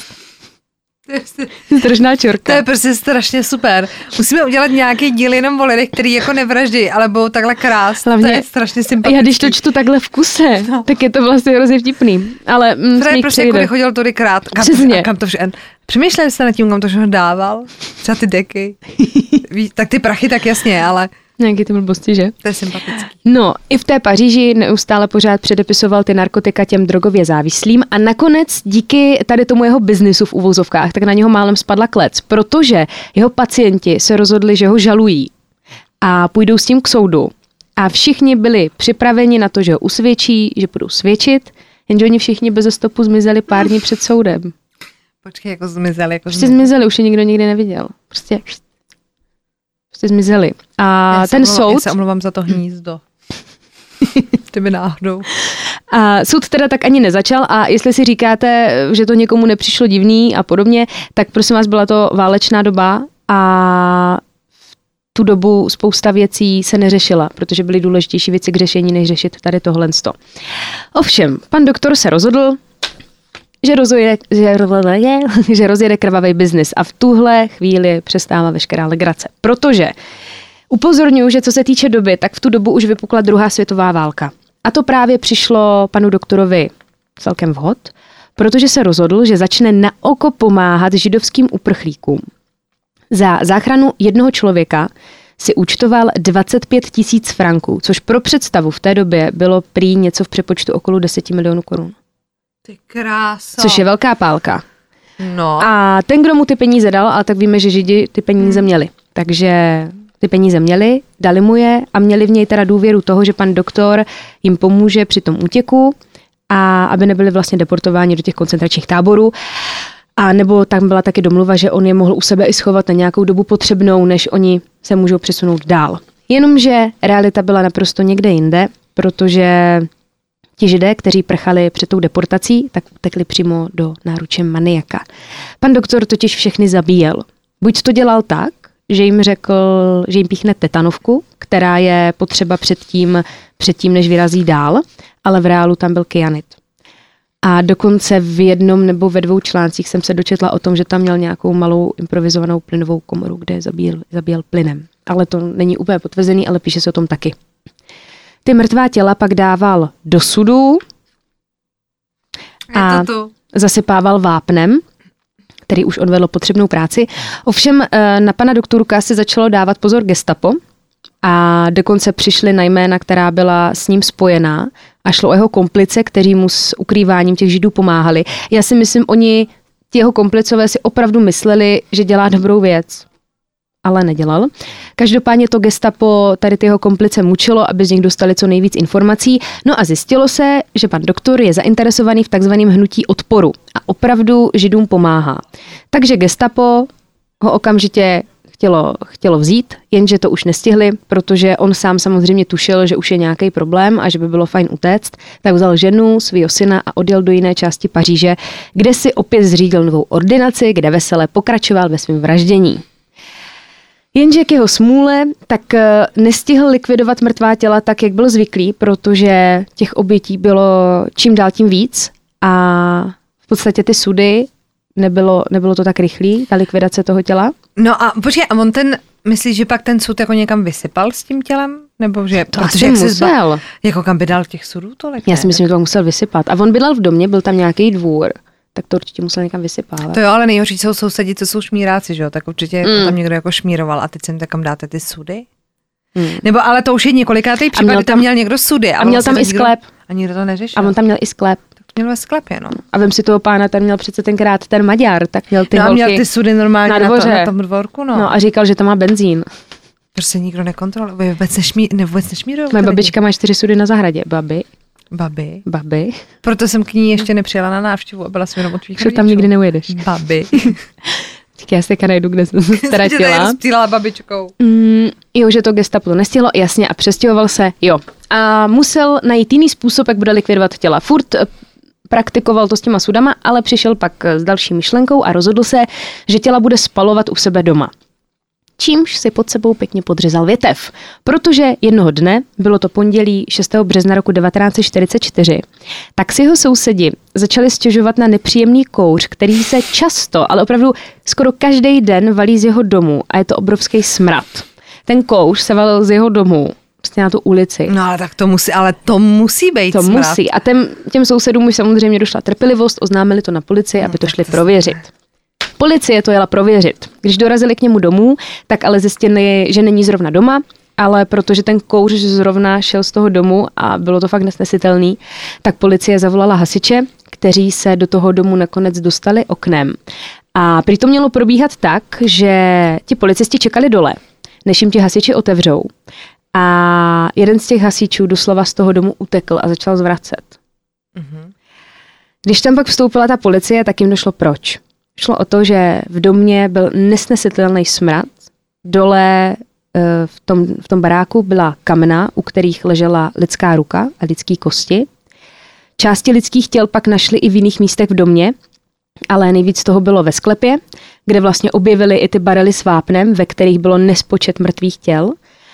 [SPEAKER 3] Strašná čorka.
[SPEAKER 2] To je prostě strašně super. Musíme udělat nějaký díl jenom o lidech, který jako nevraždí, ale budou takhle krást. Hlavně, to je strašně sympatický.
[SPEAKER 3] Já když to čtu takhle v kuse, no. tak je to vlastně hrozně vtipný. Ale mm,
[SPEAKER 2] Právě prostě jako chodil tudy krát. Kam,
[SPEAKER 3] Přesně.
[SPEAKER 2] Kam to vše, přemýšlel jste nad tím, kam to všechno dával? Třeba ty deky. Víš, tak ty prachy tak jasně, ale...
[SPEAKER 3] Nějaký ty blbosti, že?
[SPEAKER 2] To je sympatický.
[SPEAKER 3] No, i v té Paříži neustále pořád předepisoval ty narkotika těm drogově závislým a nakonec díky tady tomu jeho biznisu v uvozovkách, tak na něho málem spadla klec, protože jeho pacienti se rozhodli, že ho žalují a půjdou s tím k soudu. A všichni byli připraveni na to, že ho usvědčí, že budou svědčit, jenže oni všichni bez stopu zmizeli pár dní před soudem.
[SPEAKER 2] Počkej, jako zmizeli. Jako
[SPEAKER 3] prostě zmizeli, už je nikdo nikdy neviděl. Prostě... Prostě zmizeli. A
[SPEAKER 2] já
[SPEAKER 3] ten
[SPEAKER 2] omlouvám,
[SPEAKER 3] soud...
[SPEAKER 2] Já se omlouvám za to hnízdo. Kdyby náhodou.
[SPEAKER 3] A soud teda tak ani nezačal a jestli si říkáte, že to někomu nepřišlo divný a podobně, tak prosím vás, byla to válečná doba a v tu dobu spousta věcí se neřešila, protože byly důležitější věci k řešení, než řešit tady tohle. Ovšem, pan doktor se rozhodl, Že rozjede, že, že rozjede krvavý biznis a v tuhle chvíli přestává veškerá legrace. Protože upozorňuji, že co se týče doby, tak v tu dobu už vypukla druhá světová válka. A to právě přišlo panu doktorovi celkem vhod, protože se rozhodl, že začne na oko pomáhat židovským uprchlíkům. Za záchranu jednoho člověka si účtoval dvacet pět tisíc franků, což pro představu v té době bylo prý něco v přepočtu okolo deset milionů korun.
[SPEAKER 2] Ty kráso.
[SPEAKER 3] Což je velká pálka.
[SPEAKER 2] No.
[SPEAKER 3] A ten, kdo mu ty peníze dal, ale tak víme, že Židi ty peníze měli. Takže ty peníze měli, dali mu je a měli v něj teda důvěru toho, že pan doktor jim pomůže při tom útěku a aby nebyli vlastně deportováni do těch koncentračních táborů. A nebo tam byla taky domluva, že on je mohl u sebe i schovat na nějakou dobu potřebnou, než oni se můžou přesunout dál. Jenomže realita byla naprosto někde jinde, protože ti Židé, kteří prchali před tou deportací, tak utekli přímo do náruče maniaka. Pan doktor totiž všechny zabíjel. Buď to dělal tak, že jim řekl, že jim píchne tetanovku, která je potřeba předtím, předtím, než vyrazí dál, ale v reálu tam byl kyanid. A dokonce v jednom nebo ve dvou článcích jsem se dočetla o tom, že tam měl nějakou malou improvizovanou plynovou komoru, kde zabíjel, zabíjel plynem. Ale to není úplně potvrzený, ale píše se o tom taky. Ty mrtvá těla pak dával do sudu a zasypával vápnem, který už odvedl potřebnou práci. Ovšem na pana doktorka se začalo dávat pozor gestapo a dokonce přišli na jména, která byla s ním spojená a šlo o jeho komplice, kteří mu s ukrýváním těch Židů pomáhali. Já si myslím, oni, ti jeho komplicové si opravdu mysleli, že dělá dobrou věc, ale nedělal. Každopádně to gestapo tady ty jeho komplice mučilo, aby z nich dostali co nejvíc informací. No a zjistilo se, že pan doktor je zainteresovaný v takzvaném hnutí odporu a opravdu Židům pomáhá. Takže gestapo ho okamžitě chtělo, chtělo vzít, jenže to už nestihli, protože on sám samozřejmě tušil, že už je nějaký problém a že by bylo fajn utéct, tak vzal ženu, svýho syna a odjel do jiné části Paříže, kde si opět zřídil novou ordinaci, kde vesele pokračoval ve svém vraždění. Jenže k jeho smůle tak nestihl likvidovat mrtvá těla tak, jak byl zvyklý, protože těch obětí bylo čím dál tím víc a v podstatě ty sudy nebylo, nebylo to tak rychlý, ta likvidace toho těla.
[SPEAKER 2] No a počkej, a on ten, myslíš, že pak ten sud jako někam vysypal s tím tělem? Nebo že,
[SPEAKER 3] to asi musel. Zba,
[SPEAKER 2] jako kam by dal těch sudů tolik?
[SPEAKER 3] Já si myslím, že to musel vysypat. A on bydlel v domě, byl tam nějaký dvůr, tak to určitě musel někam vysypávat.
[SPEAKER 2] To jo, ale nejhorší jsou sousedí, co jsou šmíráci, že jo? Tak určitě mm. tam někdo jako šmíroval a teď sem tam dáte ty sudy? Mm. Nebo ale to už je několikátý případ, kdy tam měl někdo sudy.
[SPEAKER 3] A měl tam i sklep.
[SPEAKER 2] A nikdo to neřešil.
[SPEAKER 3] A on tam měl i sklep.
[SPEAKER 2] Měl ve sklepě, no.
[SPEAKER 3] A vem si toho pána, ten měl přece tenkrát ten Maďar, tak měl ty
[SPEAKER 2] no
[SPEAKER 3] holky
[SPEAKER 2] a měl ty sudy normálně na, na, to, na tom dvorku, no.
[SPEAKER 3] No a říkal, že to má benzín.
[SPEAKER 2] Prostě nikdo nekontroluje, vůbec, nešmí, ne, vůbec nešmírují.
[SPEAKER 3] Moje babička má čtyři sudy na zahradě, babi.
[SPEAKER 2] Babi.
[SPEAKER 3] Babi.
[SPEAKER 2] Proto jsem k ní ještě nepřijela na návštěvu a byla jsem jenom od tvých rodičů.
[SPEAKER 3] tam nikdy neujedeš.
[SPEAKER 2] Babi.
[SPEAKER 3] Tak já se najdu, kde jsem se ztratila.
[SPEAKER 2] Rozptýlala babičkou.
[SPEAKER 3] Mm, jo, že to gestapo nestihlo, jasně, a přestěhoval se, jo. A musel najít jiný způsob, jak bude likvidovat těla. Furt praktikoval to s těma sudama, ale přišel pak s další myšlenkou a rozhodl se, že těla bude spalovat u sebe doma. Čímž si pod sebou pěkně podřezal větev. Protože jednoho dne, bylo to pondělí šestého března roku devatenáct set čtyřicet čtyři, tak si jeho sousedi začali stěžovat na nepříjemný kouř, který se často, ale opravdu skoro každý den valí z jeho domu a je to obrovský smrad. Ten kouř se valil z jeho domu prostě na tu ulici.
[SPEAKER 2] No ale tak to musí, ale to musí být
[SPEAKER 3] To
[SPEAKER 2] smrad.
[SPEAKER 3] musí. A těm, těm sousedům už samozřejmě došla trpělivost, oznámili to na policii, aby no, to šli to prověřit. Policie to jela prověřit. Když dorazili k němu domů, tak ale zjistili, že není zrovna doma, ale protože ten kouř zrovna šel z toho domu a bylo to fakt nesnesitelný, tak policie zavolala hasiče, kteří se do toho domu nakonec dostali oknem. A prý to mělo probíhat tak, že ti policisti čekali dole, než jim ti hasiči otevřou. A jeden z těch hasičů doslova z toho domu utekl a začal zvracet. Mm-hmm. Když tam pak vstoupila ta policie, tak jim došlo proč. Šlo o to, že v domě byl nesnesitelný smrad. Dole v tom, v tom baráku byla kamna, u kterých ležela lidská ruka a lidský kosti. Části lidských těl pak našli i v jiných místech v domě, ale nejvíc toho bylo ve sklepě, kde vlastně objevili i ty barely s vápnem, ve kterých bylo nespočet mrtvých těl.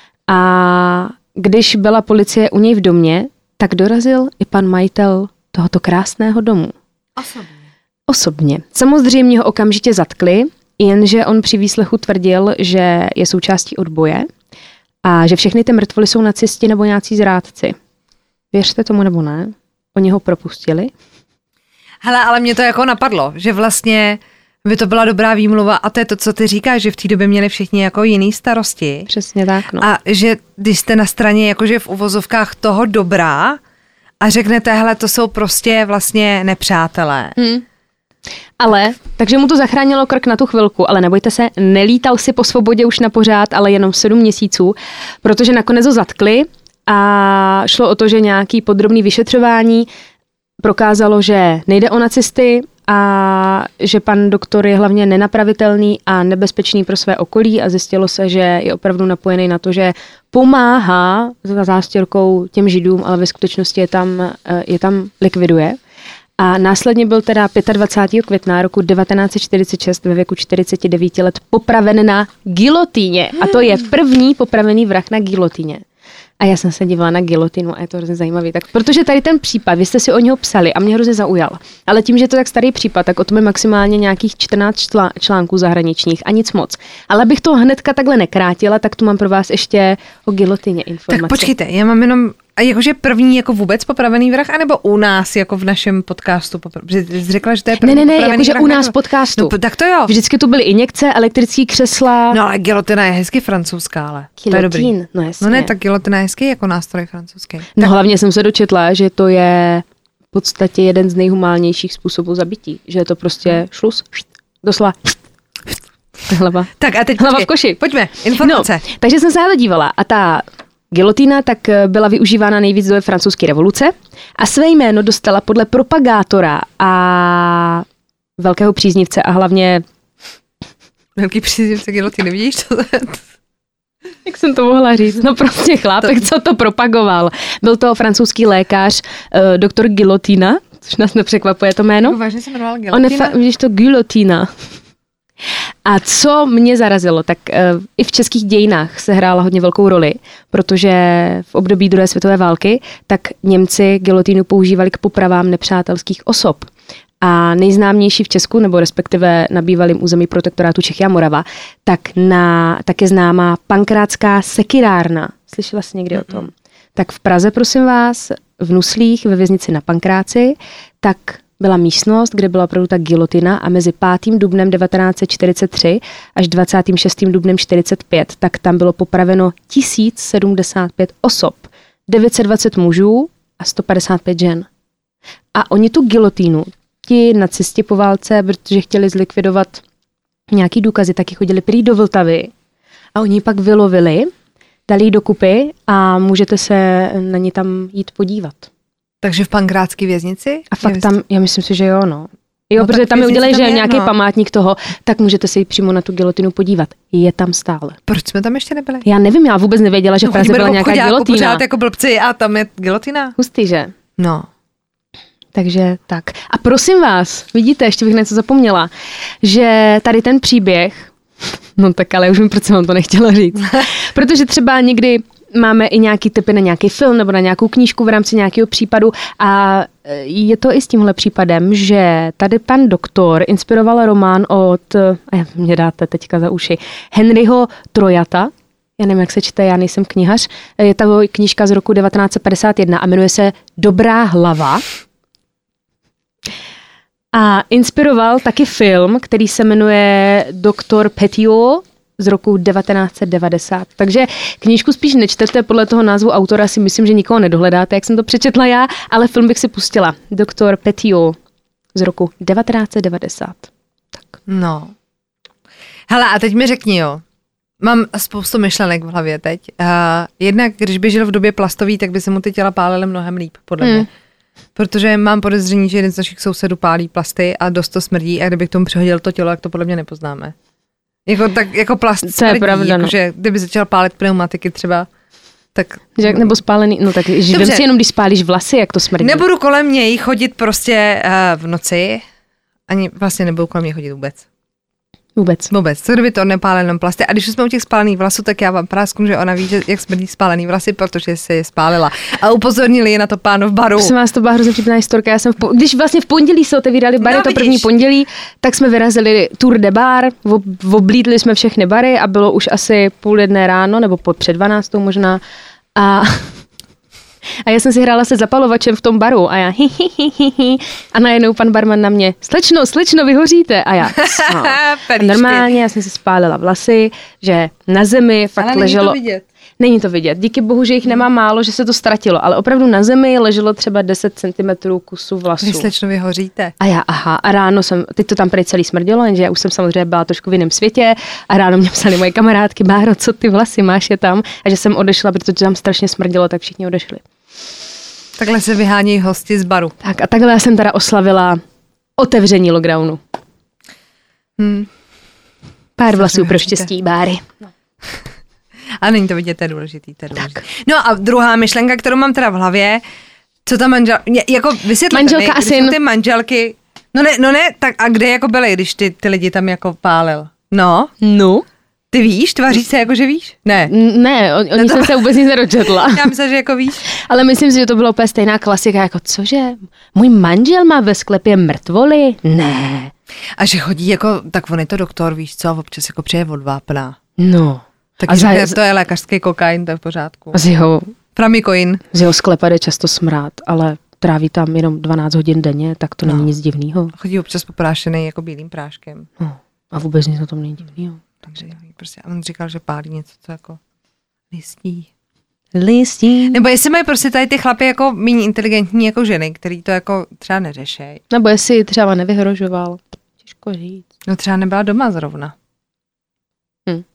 [SPEAKER 3] A když byla policie u něj v domě, tak dorazil i pan majitel tohoto krásného domu.
[SPEAKER 2] Osobně.
[SPEAKER 3] Osobně. Samozřejmě ho okamžitě zatkli, jenže on při výslechu tvrdil, že je součástí odboje a že všechny ty mrtvoly jsou nacisti nebo nějací zrádci. Věřte tomu nebo ne, oni ho propustili.
[SPEAKER 2] Hele, ale mě to jako napadlo, že vlastně by to byla dobrá výmluva a to je to, co ty říkáš, že v té době měli všichni jako jiný starosti.
[SPEAKER 3] Přesně tak, no.
[SPEAKER 2] A že když jste na straně jakože v uvozovkách toho dobrá a řeknete, hele, to jsou prostě vlastně nepřátelé.
[SPEAKER 3] Hmm. Ale, takže mu to zachránilo krk na tu chvilku, ale nebojte se, nelítal si po svobodě už na pořád, ale jenom sedm měsíců, protože nakonec ho zatkli a šlo o to, že nějaký podrobný vyšetřování prokázalo, že nejde o nacisty a že pan doktor je hlavně nenapravitelný a nebezpečný pro své okolí a zjistilo se, že je opravdu napojený na to, že pomáhá za zástěrkou těm židům, ale ve skutečnosti je tam, je tam likviduje. A následně byl teda dvacátého pátého května roku devatenáct set čtyřicet šest ve věku čtyřicet devět let popraven na gilotíně. A to je první popravený vrah na gilotíně. A já jsem se dívala na gilotinu a je to hrozně zajímavý. Tak, protože tady ten případ, vy jste si o něho psali a mě hrozně zaujal. Ale tím, že je to tak starý případ, tak o tom je maximálně nějakých čtrnáct člá, článků zahraničních a nic moc. Ale abych to hnedka takhle nekrátila, tak tu mám pro vás ještě o gilotině informace.
[SPEAKER 2] Tak počkejte, já mám jenom, a jakože první jako vůbec popravený vrah, anebo u nás jako v našem podcastu? Jsi řekla, že to je první
[SPEAKER 3] Ne, ne, ne, jakože u nás
[SPEAKER 2] nebo...
[SPEAKER 3] podcastu.
[SPEAKER 2] No, tak to jo.
[SPEAKER 3] Vždycky tu byly injekce, elektrické křesla.
[SPEAKER 2] No ale gilotina je hezky francouzská, ale to je dobrý.
[SPEAKER 3] No, jasně.
[SPEAKER 2] No ne, tak gilotina je hezky jako nástroj francouzský.
[SPEAKER 3] No
[SPEAKER 2] tak...
[SPEAKER 3] hlavně jsem se dočetla, že to je v podstatě jeden z nejhumálnějších způsobů zabití. Že je to prostě šlus, doslova hlava.
[SPEAKER 2] Tak a teď
[SPEAKER 3] hlava v koši.
[SPEAKER 2] Pojďme, informace.
[SPEAKER 3] No, takže jsem se na to dívala a ta gilotina tak byla využívána nejvíc do francouzské revoluce a své jméno dostala podle propagátora a velkého příznivce a hlavně
[SPEAKER 2] velký příznivce gilotiny, vidíš to?
[SPEAKER 3] Jak jsem to mohla říct? No prostě chlápek, to... co to propagoval. Byl to francouzský lékař, uh, doktor Gilotina, což nás nepřekvapuje to jméno.
[SPEAKER 2] No, vážně se jmenoval Gilotina?
[SPEAKER 3] On vidíš to Gilotina. A co mě zarazilo, tak uh, i v českých dějinách se hrála hodně velkou roli, protože v období druhé světové války tak Němci gilotínu používali k popravám nepřátelských osob. A nejznámější v Česku, nebo respektive na bývalém území protektorátu Čechy a Morava, tak, na, tak je známá pankrátská sekirárna. Slyšela jsi někdy mm-hmm. o tom? Tak v Praze, prosím vás, v Nuslích, ve věznici na Pankráci, tak byla místnost, kde byla opravdu ta gilotina a mezi pátým dubnem devatenáct set čtyřicet tři až dvacátým šestým dubnem čtyřicet pět, tak tam bylo popraveno tisíc sedmdesát pět osob, devět set dvacet mužů a sto padesát pět žen. A oni tu gilotínu, ti nacisti po válce, protože chtěli zlikvidovat nějaký důkazy, taky chodili prý do Vltavy a oni ji pak vylovili, dali ji dokupy a můžete se na ní tam jít podívat.
[SPEAKER 2] Takže v pankrátské věznici?
[SPEAKER 3] A fakt tam, já myslím si, že jo, no. Jo,
[SPEAKER 2] no,
[SPEAKER 3] protože tam je udělají, že je nějaký
[SPEAKER 2] no.
[SPEAKER 3] památník toho, tak můžete se jít přímo na tu gilotinu podívat. Je tam stále.
[SPEAKER 2] Proč jsme tam ještě nebyli?
[SPEAKER 3] Já nevím, já vůbec nevěděla, že v Praze byla nějaká gilotina.
[SPEAKER 2] Pořád jako blbci a tam je gilotina.
[SPEAKER 3] Hustý, že?
[SPEAKER 2] No.
[SPEAKER 3] Takže tak. A prosím vás, vidíte, ještě bych něco zapomněla, že tady ten příběh, no tak ale už mi proč jsem vám to nechtěla říct, protože třeba někdy máme i nějaký typy na nějaký film nebo na nějakou knížku v rámci nějakého případu a je to i s tímhle případem, že tady pan doktor inspiroval román od, a mě dáte teďka za uši, Henryho Trojata. Já nevím, jak se čte, já nejsem knihař. Je to knížka z roku devatenáct set padesát jedna a jmenuje se Dobrá hlava. A inspiroval taky film, který se jmenuje Doktor Petiot z roku devatenáct set devadesát. Takže knížku spíš nečtete, podle toho názvu autora si myslím, že nikoho nedohledáte, jak jsem to přečetla já, ale film bych si pustila. Doktor Petiot z roku devatenáct set devadesát. Tak.
[SPEAKER 2] No. Hele, a teď mi řekni, jo. Mám spoustu myšlenek v hlavě teď. Uh, jednak, když by žil v době plastový, tak by se mu ty těla pálily mnohem líp, podle hmm. mě. Protože mám podezření, že jeden z našich sousedů pálí plasty a dost to smrdí a kdybych tomu přihodil to tělo, tak to podle mě nepoznáme. Jako, tak, jako plast smrdí, pravda, jako, no. Že kdyby začal pálit pneumatiky třeba, tak...
[SPEAKER 3] Že, nebo spálený, no tak vem si jenom, když spálíš vlasy, jak to smrdí.
[SPEAKER 2] Nebudu kolem něj chodit prostě uh, v noci, ani vlastně nebudu kolem něj chodit vůbec.
[SPEAKER 3] Vůbec.
[SPEAKER 2] Vůbec. Co kdyby to nepálil jenom plasty? A když jsme u těch spálených vlasů, tak já vám prásknu, že ona ví, že jak smrdí spálený vlasy, protože si je spálila. A upozornili je na to pánu v baru.
[SPEAKER 3] Prosím vás, to byla hrozně vtipná historka. Já jsem v po... Když vlastně v pondělí se otevírali bary, no, to první pondělí, tak jsme vyrazili Tour de bar, oblídli jsme všechny bary a bylo už asi půl jedné ráno, nebo po před dvanáctou možná. A A já jsem si hrála se zapalovačem v tom baru a já hi, hi, hi, hi, hi. A najednou pan barman na mě, slečno, slečno, vy hoříte. A já, no. A normálně, já jsem si spálila vlasy, že na zemi fakt
[SPEAKER 2] ale
[SPEAKER 3] leželo.
[SPEAKER 2] není to vidět.
[SPEAKER 3] Není to vidět. Díky bohu, že jich nemá málo, že se to ztratilo, ale opravdu na zemi leželo třeba deset centimetrů kusu vlasů.
[SPEAKER 2] Vy slečno, vy hoříte.
[SPEAKER 3] A já, aha, a ráno jsem, teď to tam prý celý smrdělo, jenže já už jsem samozřejmě byla trošku v jiném světě a ráno mě psali moje kamarádky, Báro, co ty vlasy máš je tam? A že jsem odešla, protože tam strašně smrdělo, tak všichni odešli.
[SPEAKER 2] Takhle se vyhánějí hosti z baru.
[SPEAKER 3] Tak a takhle já jsem teda oslavila otevření lockdownu.
[SPEAKER 2] Hmm.
[SPEAKER 3] Pár vlasů pro štěstí, Báry. No.
[SPEAKER 2] A není to vidět, to je důležitý, to je důležitý. No a druhá myšlenka, kterou mám teda v hlavě, co ta manžel, jako vysvětlete
[SPEAKER 3] Manželka
[SPEAKER 2] mi,
[SPEAKER 3] a syn.
[SPEAKER 2] ty manželky, no ne, no ne, tak a kde jako byly, když ty, ty lidi tam jako pálil? No?
[SPEAKER 3] No?
[SPEAKER 2] Ty víš, tváříš se jako, že víš? Ne.
[SPEAKER 3] Ne, o, o ní
[SPEAKER 2] to...
[SPEAKER 3] jsem se vůbec nic nedočetla.
[SPEAKER 2] Já myslím, že jako víš.
[SPEAKER 3] Ale myslím si, že to byla úplně stejná klasika, jako cože, můj manžel má ve sklepě mrtvoly? Ne.
[SPEAKER 2] A že chodí jako, tak on je to doktor, víš co, občas jako přijde od vápna.
[SPEAKER 3] No.
[SPEAKER 2] Tak
[SPEAKER 3] a
[SPEAKER 2] za...
[SPEAKER 3] za...
[SPEAKER 2] to je lékařský kokain, to je v pořádku.
[SPEAKER 3] Z jeho,
[SPEAKER 2] Pramikoin.
[SPEAKER 3] z jeho sklepa jde často smrad, ale tráví tam jenom dvanáct hodin denně, tak to no. není nic divného.
[SPEAKER 2] Chodí občas poprášený jako bílým práškem.
[SPEAKER 3] No. A vůbec nic na tom není divného.
[SPEAKER 2] Takže prostě, a on říkal, že pálí něco, co jako listí.
[SPEAKER 3] Listí.
[SPEAKER 2] Nebo jestli mají prostě tady ty chlapy jako méně inteligentní jako ženy, který to jako třeba neřešejí.
[SPEAKER 3] Nebo jestli třeba nevyhrožoval. Těžko říct.
[SPEAKER 2] No třeba nebyla doma zrovna.
[SPEAKER 3] Hm.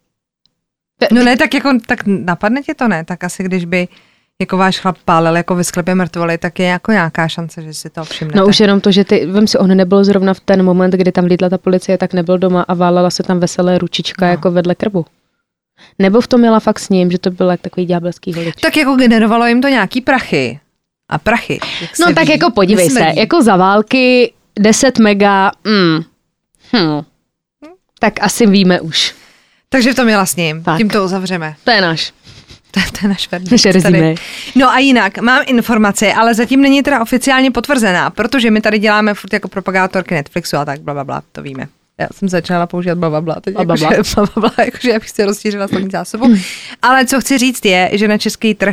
[SPEAKER 2] No ne, tak jako, tak napadne tě to ne, tak asi když by jako váš chlap pálil jako ve sklepě mrtvoly, tak je jako nějaká šance, že si to všimnete.
[SPEAKER 3] No už jenom to, že ty, vem si, on nebyl zrovna v ten moment, kdy tam vlítla ta policie, tak nebyl doma a válela se tam veselé ručička no. jako vedle krbu. Nebo v tom jela fakt s ním, že to byl jak takový ďábelský holič.
[SPEAKER 2] Tak jako generovalo jim to nějaký prachy. A prachy.
[SPEAKER 3] No tak ví, jako podívej se, jako za války deset mega, mm, hm, tak asi víme už.
[SPEAKER 2] Takže v tom jela s ním, tak. Tím to uzavřeme.
[SPEAKER 3] To je náš.
[SPEAKER 2] To, to je náš
[SPEAKER 3] verdikt.
[SPEAKER 2] No a jinak, mám informaci, ale zatím není teda oficiálně potvrzená, protože my tady děláme furt jako propagátorky Netflixu a tak blablabla, to víme. Já jsem začala používat blablabla, teď blablabla, jakože, blablabla, jakože já bych si rozšířila slovní zásobu. Mm. Ale co chci říct je, že na český trh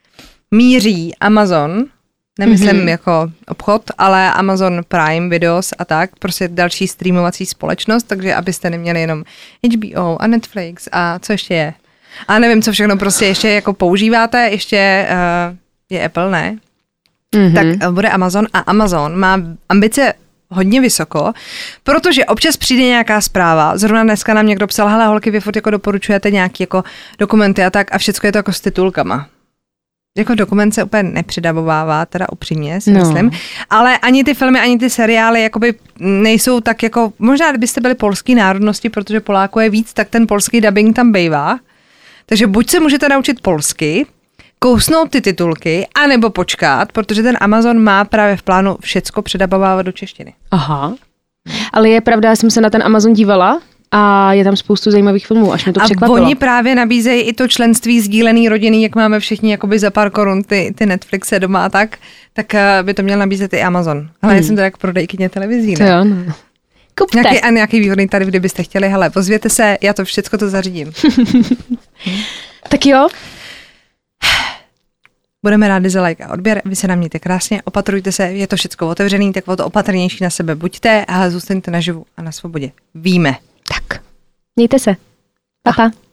[SPEAKER 2] míří Amazon, nemyslím mm-hmm. jako obchod, ale Amazon Prime Videos a tak, prostě další streamovací společnost, takže abyste neměli jenom H B O a Netflix a co ještě je. A nevím, co všechno prostě ještě jako používáte, ještě uh, je Apple, ne? Mm-hmm. Tak uh, bude Amazon a Amazon má ambice hodně vysoko, protože občas přijde nějaká zpráva, zrovna dneska nám někdo psal, hele holky, vy furt jako doporučujete nějaký jako dokumenty a tak a všecko je to jako s titulkama. Jako dokument se úplně nepřidavovává, teda upřímně si no. myslím, ale ani ty filmy, ani ty seriály jakoby nejsou tak jako, možná kdybyste byli polský národnosti, protože Poláků je víc, tak ten polský dubbing tam bejvá. Takže buď se můžete naučit polsky, kousnout ty titulky, anebo počkat, protože ten Amazon má právě v plánu všecko předabovávat do češtiny.
[SPEAKER 3] Aha. Ale je pravda, já jsem se na ten Amazon dívala a je tam spoustu zajímavých filmů, až mě to
[SPEAKER 2] a
[SPEAKER 3] překvapilo.
[SPEAKER 2] A oni právě nabízejí i to členství sdílený rodiny, jak máme všichni jakoby za pár korun ty, ty Netflixe doma a tak, tak by to měl nabízet i Amazon. Ale hmm. já jsem to jako prodejkyně televizí, ne?
[SPEAKER 3] To jo, no. Kupte.
[SPEAKER 2] Nějaký, a nějaký výhodný tarif, kdybyste chtěli, hele, pozvěte se, já to všecko to zařídím.
[SPEAKER 3] Tak jo.
[SPEAKER 2] Budeme rádi za like a odběr, vy se nám mějte krásně, opatrujte se, je to všecko otevřený, tak o to opatrnější na sebe buďte a zůstaňte naživu a na svobodě. Víme.
[SPEAKER 3] Tak. Mějte se. Pa, pa.